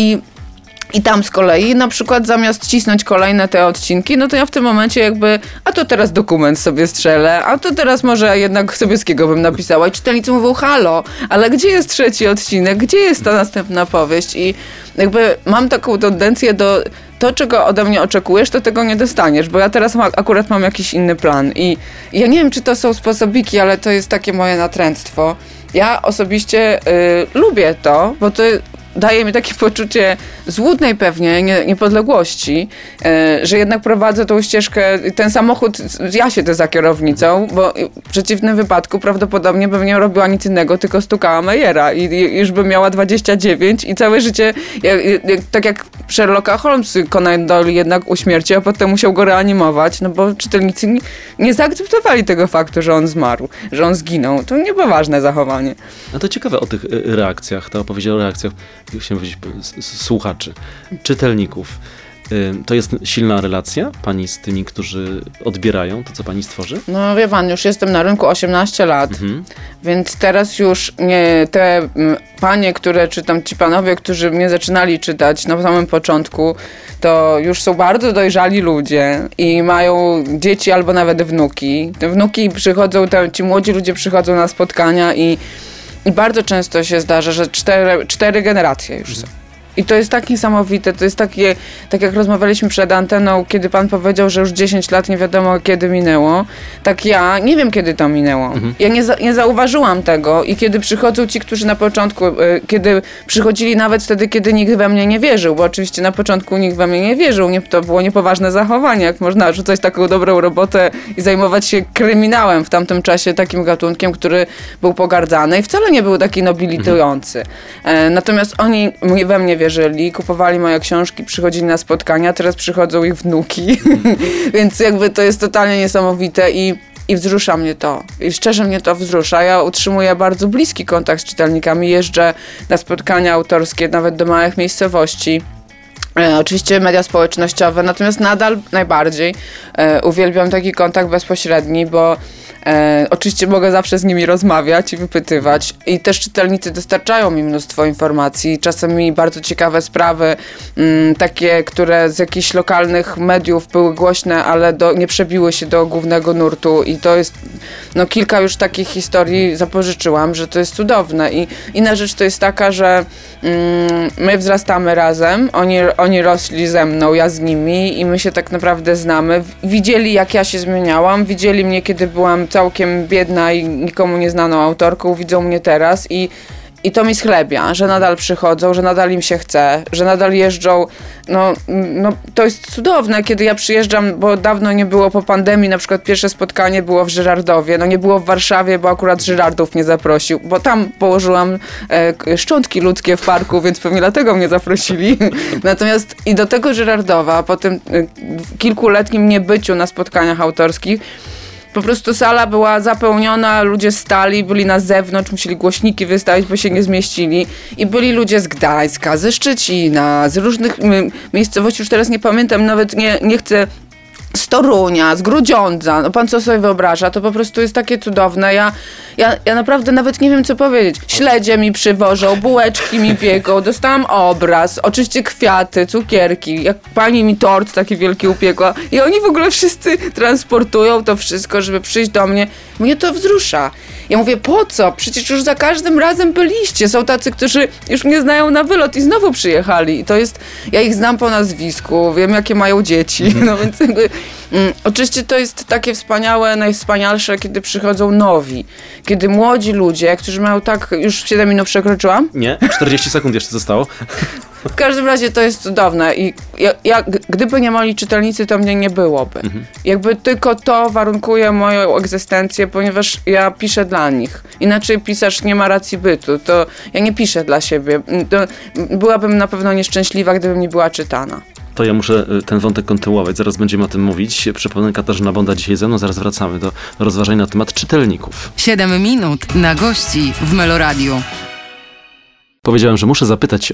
S3: I tam z kolei na przykład zamiast cisnąć kolejne te odcinki, no to ja w tym momencie a to teraz dokument sobie strzelę, a to teraz może jednak Sobieskiego bym napisała. I czytelnicy mówią, halo, ale gdzie jest 3 odcinek, gdzie jest ta następna powieść? I mam taką tendencję do to, czego ode mnie oczekujesz, to tego nie dostaniesz, bo ja teraz akurat mam jakiś inny plan. I ja nie wiem, czy to są sposobiki, ale to jest takie moje natręctwo. Ja osobiście lubię to, bo to daje mi takie poczucie złudnej pewnie niepodległości, że jednak prowadzę tą ścieżkę, ten samochód, ja siedzę za kierownicą, bo w przeciwnym wypadku prawdopodobnie bym nie robiła nic innego, tylko stukała Mejera i już bym miała 29 i całe życie, tak jak Sherlocka Holmes, Conan Doyle jednak uśmiercił, a potem musiał go reanimować, no bo czytelnicy nie zaakceptowali tego faktu, że on zmarł, że on zginął. To niepoważne zachowanie.
S2: A to ciekawe o tych reakcjach, ta opowieść o reakcjach, chciałem powiedzieć, słuchaczy, czytelników. To jest silna relacja pani z tymi, którzy odbierają to, co pani stworzy?
S3: No wie pan, już jestem na rynku 18 lat, więc teraz już nie te panie, które czytam, ci panowie, którzy mnie zaczynali czytać na samym początku, to już są bardzo dojrzali ludzie i mają dzieci albo nawet wnuki. Te wnuki przychodzą, ci młodzi ludzie przychodzą na spotkania i bardzo często się zdarza, że cztery generacje już są. I to jest tak niesamowite, to jest takie, tak jak rozmawialiśmy przed anteną, kiedy pan powiedział, że już 10 lat nie wiadomo kiedy minęło, tak ja nie wiem kiedy to minęło. Ja nie zauważyłam tego i kiedy przychodzą ci, którzy na początku, kiedy przychodzili nawet wtedy, kiedy nikt we mnie nie wierzył, bo oczywiście na początku nikt we mnie nie wierzył, to było niepoważne zachowanie, jak można rzucać taką dobrą robotę i zajmować się kryminałem w tamtym czasie, takim gatunkiem, który był pogardzany i wcale nie był taki nobilitujący. Natomiast oni we mnie wierzyli, kupowali moje książki, przychodzili na spotkania, teraz przychodzą ich wnuki, więc jakby to jest totalnie niesamowite i wzrusza mnie to. I szczerze mnie to wzrusza. Ja utrzymuję bardzo bliski kontakt z czytelnikami, jeżdżę na spotkania autorskie, nawet do małych miejscowości. Oczywiście media społecznościowe, natomiast nadal najbardziej uwielbiam taki kontakt bezpośredni, bo oczywiście mogę zawsze z nimi rozmawiać i wypytywać i też czytelnicy dostarczają mi mnóstwo informacji, czasami bardzo ciekawe sprawy, takie, które z jakichś lokalnych mediów były głośne, ale nie przebiły się do głównego nurtu i to jest, kilka już takich historii zapożyczyłam, że to jest cudowne i inna rzecz to jest taka, że my wzrastamy razem, oni rośli ze mną, ja z nimi i my się tak naprawdę znamy. Widzieli, jak ja się zmieniałam, widzieli mnie, kiedy byłam całkiem biedna i nikomu nieznaną autorką, widzą mnie teraz i to mi schlebia, że nadal przychodzą, że nadal im się chce, że nadal jeżdżą. To jest cudowne, kiedy ja przyjeżdżam, bo dawno nie było po pandemii, na przykład pierwsze spotkanie było w Żyrardowie, nie było w Warszawie, bo akurat Żyrardów mnie zaprosił, bo tam położyłam szczątki ludzkie w parku, więc pewnie dlatego mnie zaprosili. Natomiast i do tego Żyrardowa, po tym kilkuletnim niebyciu na spotkaniach autorskich, po prostu sala była zapełniona, ludzie stali, byli na zewnątrz, musieli głośniki wystawić, bo się nie zmieścili. I byli ludzie z Gdańska, ze Szczecina, z różnych miejscowości, już teraz nie pamiętam, nawet nie chcę, z Torunia, z Grudziądza, pan co sobie wyobraża, to po prostu jest takie cudowne. Ja naprawdę nawet nie wiem, co powiedzieć. Śledzie mi przywożą, bułeczki mi pieką, dostałam obraz, oczywiście kwiaty, cukierki, jak pani mi tort taki wielki upiekła i oni w ogóle wszyscy transportują to wszystko, żeby przyjść do mnie. Mnie to wzrusza. Ja mówię, po co? Przecież już za każdym razem byliście. Są tacy, którzy już mnie znają na wylot i znowu przyjechali. I to jest, ja ich znam po nazwisku, wiem jakie mają dzieci, więc jakby oczywiście to jest takie wspaniałe, najwspanialsze, kiedy przychodzą nowi. Kiedy młodzi ludzie, którzy mają już 7 minut przekroczyłam?
S2: Nie, 40 sekund jeszcze zostało.
S3: W każdym razie to jest cudowne i gdyby nie moi czytelnicy, to mnie nie byłoby. Jakby tylko to warunkuje moją egzystencję, ponieważ ja piszę dla nich. Inaczej pisarz nie ma racji bytu. To ja nie piszę dla siebie. Byłabym na pewno nieszczęśliwa, gdybym nie była czytana.
S2: To ja muszę ten wątek kontynuować, zaraz będziemy o tym mówić. Przypomnę, Katarzyna Bonda dzisiaj ze mną, zaraz wracamy do rozważań na temat czytelników.
S1: 7 minut na gości w Meloradiu.
S2: Powiedziałem, że muszę zapytać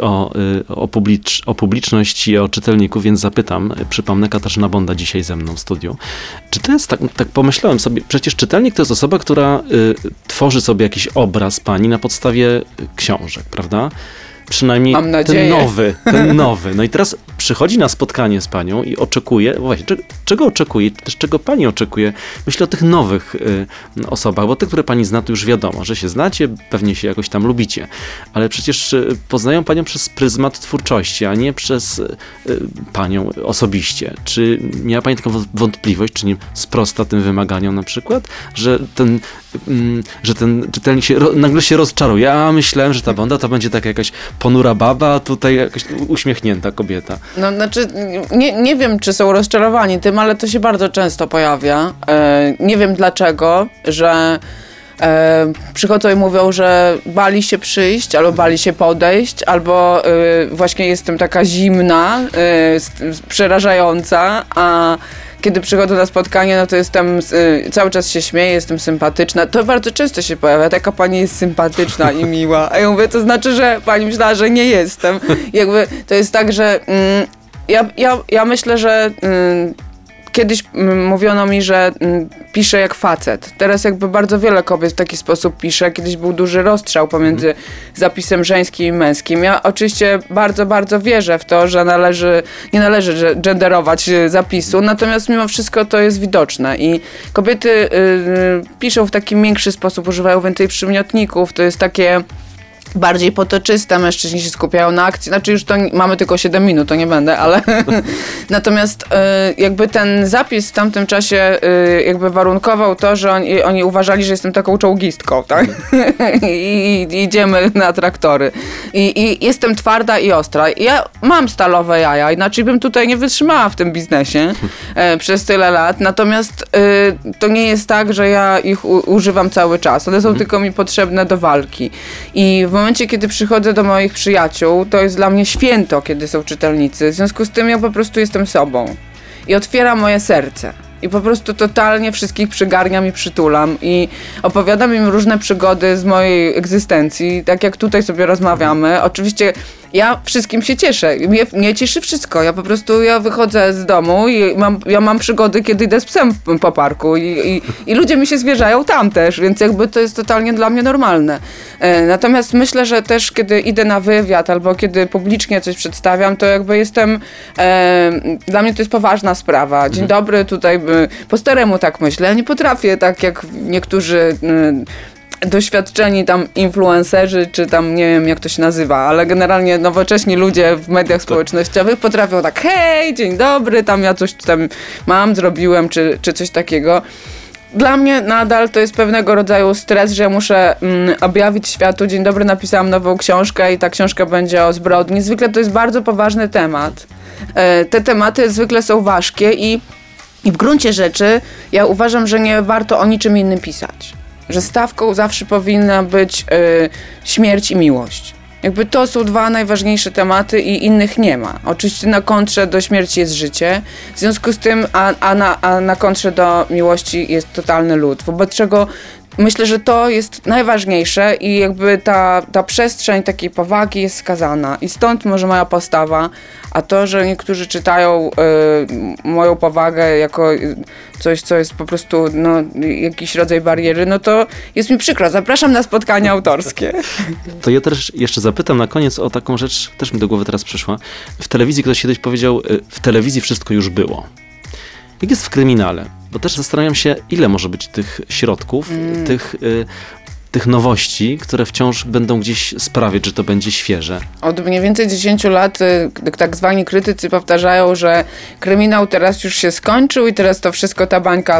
S2: o publiczność i o czytelników, więc zapytam. Przypomnę, Katarzyna Bonda dzisiaj ze mną w studiu. Czy to jest tak pomyślałem sobie, przecież czytelnik to jest osoba, która tworzy sobie jakiś obraz pani na podstawie książek, prawda? Przynajmniej ten nowy. No i teraz przychodzi na spotkanie z panią i oczekuje, właśnie, czego oczekuje, też czego pani oczekuje? Myślę o tych nowych osobach, bo te, które pani zna, to już wiadomo, że się znacie, pewnie się jakoś tam lubicie, ale przecież poznają panią przez pryzmat twórczości, a nie przez panią osobiście. Czy miała pani taką wątpliwość, czy nie sprosta tym wymaganiom na przykład, że ten czytelnik nagle się rozczaruje? Ja myślałem, że ta Bonda to będzie taka jakaś ponura baba, a tutaj jakaś uśmiechnięta kobieta.
S3: Znaczy, nie wiem, czy są rozczarowani tym, ale to się bardzo często pojawia. Nie wiem dlaczego, że przychodzą i mówią, że bali się przyjść, albo bali się podejść, albo właśnie jestem taka zimna, przerażająca, a kiedy przychodzą na spotkanie, no to jestem, cały czas się śmieję, jestem sympatyczna. To bardzo często się pojawia, taka pani jest sympatyczna i miła. A ja mówię, to znaczy, że pani myślała, że nie jestem. Jakby to jest tak, że Ja myślę, że kiedyś mówiono mi, że piszę jak facet. Teraz jakby bardzo wiele kobiet w taki sposób pisze. Kiedyś był duży rozstrzał pomiędzy zapisem żeńskim i męskim. Ja oczywiście bardzo, bardzo wierzę w to, że nie należy genderować zapisu, natomiast mimo wszystko to jest widoczne i kobiety piszą w taki większy sposób, używają więcej przymiotników. To jest takie bardziej potoczyste, mężczyźni się skupiają na akcji, znaczy już to mamy tylko 7 minut, to nie będę, ale natomiast jakby ten zapis w tamtym czasie jakby warunkował to, że oni uważali, że jestem taką czołgistką, tak? I idziemy na traktory. I jestem twarda i ostra. Ja mam stalowe jaja, inaczej bym tutaj nie wytrzymała w tym biznesie przez tyle lat, natomiast to nie jest tak, że ja ich używam cały czas. One są tylko mi potrzebne do walki. I w momencie, kiedy przychodzę do moich przyjaciół, to jest dla mnie święto, kiedy są czytelnicy. W związku z tym ja po prostu jestem sobą. I otwieram moje serce. I po prostu totalnie wszystkich przygarniam i przytulam. I opowiadam im różne przygody z mojej egzystencji, tak jak tutaj sobie rozmawiamy. Oczywiście ja wszystkim się cieszę. Mnie cieszy wszystko. Ja wychodzę z domu i mam przygody, kiedy idę z psem po parku i ludzie mi się zwierzają tam też, więc jakby to jest totalnie dla mnie normalne. Natomiast myślę, że też kiedy idę na wywiad albo kiedy publicznie coś przedstawiam, to jakby jestem, dla mnie to jest poważna sprawa. Dzień dobry, tutaj po staremu tak myślę. Ja nie potrafię tak jak niektórzy doświadczeni tam influencerzy, czy tam nie wiem jak to się nazywa, ale generalnie nowocześni ludzie w mediach społecznościowych potrafią tak hej, dzień dobry, tam ja coś tam zrobiłem, czy coś takiego. Dla mnie nadal to jest pewnego rodzaju stres, że ja muszę objawić światu, dzień dobry, napisałam nową książkę i ta książka będzie o zbrodni. Zwykle to jest bardzo poważny temat. Te tematy zwykle są ważkie i w gruncie rzeczy ja uważam, że nie warto o niczym innym pisać. Że stawką zawsze powinna być śmierć i miłość. Jakby to są dwa najważniejsze tematy i innych nie ma. Oczywiście na kontrze do śmierci jest życie, w związku z tym, a na kontrze do miłości jest totalny lód, wobec czego myślę, że to jest najważniejsze i jakby ta przestrzeń takiej powagi jest skazana i stąd może moja postawa, a to, że niektórzy czytają moją powagę jako coś, co jest po prostu jakiś rodzaj bariery, no to jest mi przykro. Zapraszam na spotkania autorskie.
S2: To ja też jeszcze zapytam na koniec o taką rzecz, też mi do głowy teraz przyszła. W telewizji ktoś kiedyś powiedział, w telewizji wszystko już było. Jak jest w kryminale? Bo też zastanawiam się, ile może być tych środków, tych nowości, które wciąż będą gdzieś sprawiać, że to będzie świeże. Od
S3: mniej więcej 10 lat tak zwani krytycy powtarzają, że kryminał teraz już się skończył i teraz to wszystko, ta bańka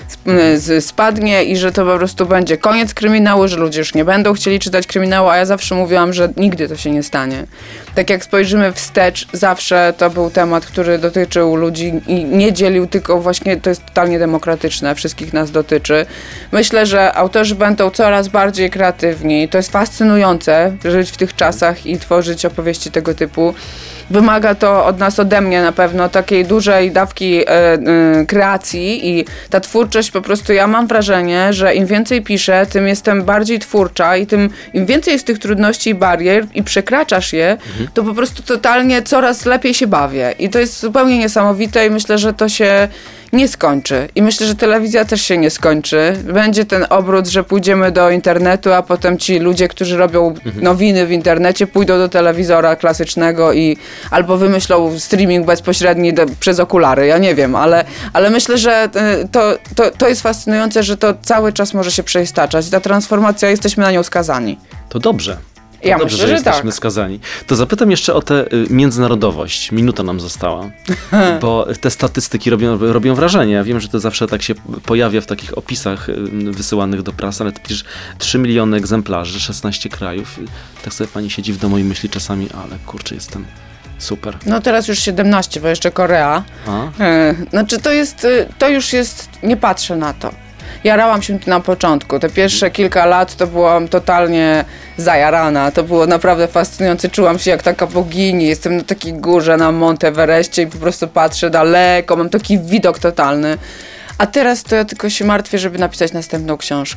S3: spadnie i że to po prostu będzie koniec kryminału, że ludzie już nie będą chcieli czytać kryminału, a ja zawsze mówiłam, że nigdy to się nie stanie. Tak jak spojrzymy wstecz, zawsze to był temat, który dotyczył ludzi i nie dzielił, tylko właśnie to jest totalnie demokratyczne, wszystkich nas dotyczy. Myślę, że autorzy będą coraz bardziej kreatywni. To jest fascynujące żyć w tych czasach i tworzyć opowieści tego typu. Wymaga to od nas, ode mnie na pewno, takiej dużej dawki kreacji i ta twórczość po prostu, ja mam wrażenie, że im więcej piszę, tym jestem bardziej twórcza i im więcej jest tych trudności i barier i przekraczasz je, to po prostu totalnie coraz lepiej się bawię. I to jest zupełnie niesamowite i myślę, że to się nie skończy. I myślę, że telewizja też się nie skończy. Będzie ten obrót, że pójdziemy do internetu, a potem ci ludzie, którzy robią nowiny w internecie, pójdą do telewizora klasycznego i albo wymyślą streaming bezpośredni przez okulary. Ja nie wiem, ale myślę, że to jest fascynujące, że to cały czas może się przeistaczać. Ta transformacja, jesteśmy na nią skazani.
S2: To dobrze.
S3: Ja
S2: dobrze,
S3: myślę,
S2: że jesteśmy
S3: tak.
S2: skazani. To zapytam jeszcze o tę międzynarodowość. Minuta nam została. Bo te statystyki robią wrażenie. Ja wiem, że to zawsze tak się pojawia w takich opisach wysyłanych do prasy, ale to przecież 3 miliony egzemplarzy, 16 krajów. Tak sobie pani siedzi w domu i myśli czasami, ale kurczę, jestem super.
S3: No teraz już 17, bo jeszcze Korea. Znaczy to już jest, nie patrzę na to. Jarałam się na początku. Te pierwsze kilka lat to byłam totalnie zajarana. To było naprawdę fascynujące. Czułam się jak taka bogini. Jestem na takiej górze na Monteverestie i po prostu patrzę daleko. Mam taki widok totalny. A teraz to ja tylko się martwię, żeby napisać następną książkę.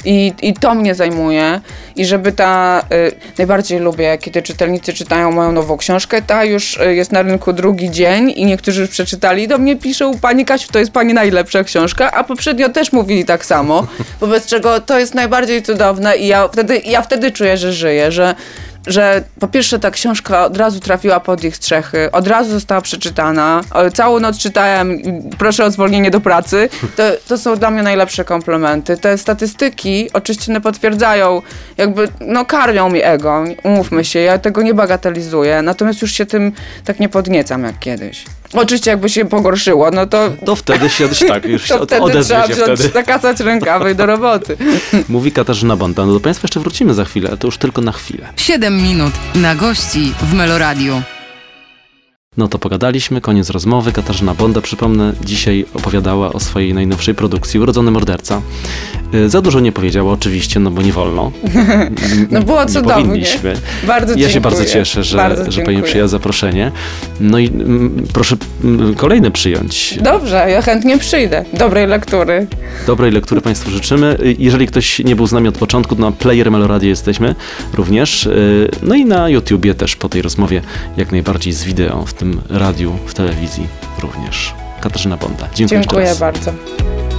S3: I to mnie zajmuje. I żeby najbardziej lubię, kiedy czytelnicy czytają moją nową książkę, ta już jest na rynku drugi dzień i niektórzy już przeczytali, do mnie piszą: pani Kasiu, to jest pani najlepsza książka, a poprzednio też mówili tak samo, wobec czego to jest najbardziej cudowne i ja wtedy czuję, że żyję, że po pierwsze ta książka od razu trafiła pod ich strzechy, od razu została przeczytana, całą noc czytałem, proszę o zwolnienie do pracy. To są dla mnie najlepsze komplementy. Te statystyki oczywiście one potwierdzają, karmią mi ego, umówmy się, ja tego nie bagatelizuję, natomiast już się tym tak nie podniecam jak kiedyś. Oczywiście jakby się pogorszyło,
S2: to wtedy się już
S3: to wtedy
S2: odezwie się wtedy.
S3: Nakasać rękawy i do roboty.
S2: Mówi Katarzyna Bonda. Do Państwa jeszcze wrócimy za chwilę, ale to już tylko na chwilę.
S1: 7 minut na gości w Meloradiu.
S2: No to pogadaliśmy, koniec rozmowy. Katarzyna Bonda, przypomnę, dzisiaj opowiadała o swojej najnowszej produkcji Urodzony morderca. Za dużo nie powiedziała oczywiście, bo nie wolno.
S3: Było cudownie.
S2: Powinniśmy.
S3: Bardzo dziękuję.
S2: Ja się bardzo cieszę, że pani przyjęła zaproszenie. No i proszę kolejne przyjąć.
S3: Dobrze, ja chętnie przyjdę. Dobrej lektury.
S2: Dobrej lektury Państwu życzymy. Jeżeli ktoś nie był z nami od początku, na Player Meloradio jesteśmy również. No i na YouTubie też po tej rozmowie jak najbardziej z wideo, w tym radiu, w telewizji również. Katarzyna Bonda. Dziękuję
S3: jeszcze raz.
S2: bardzo.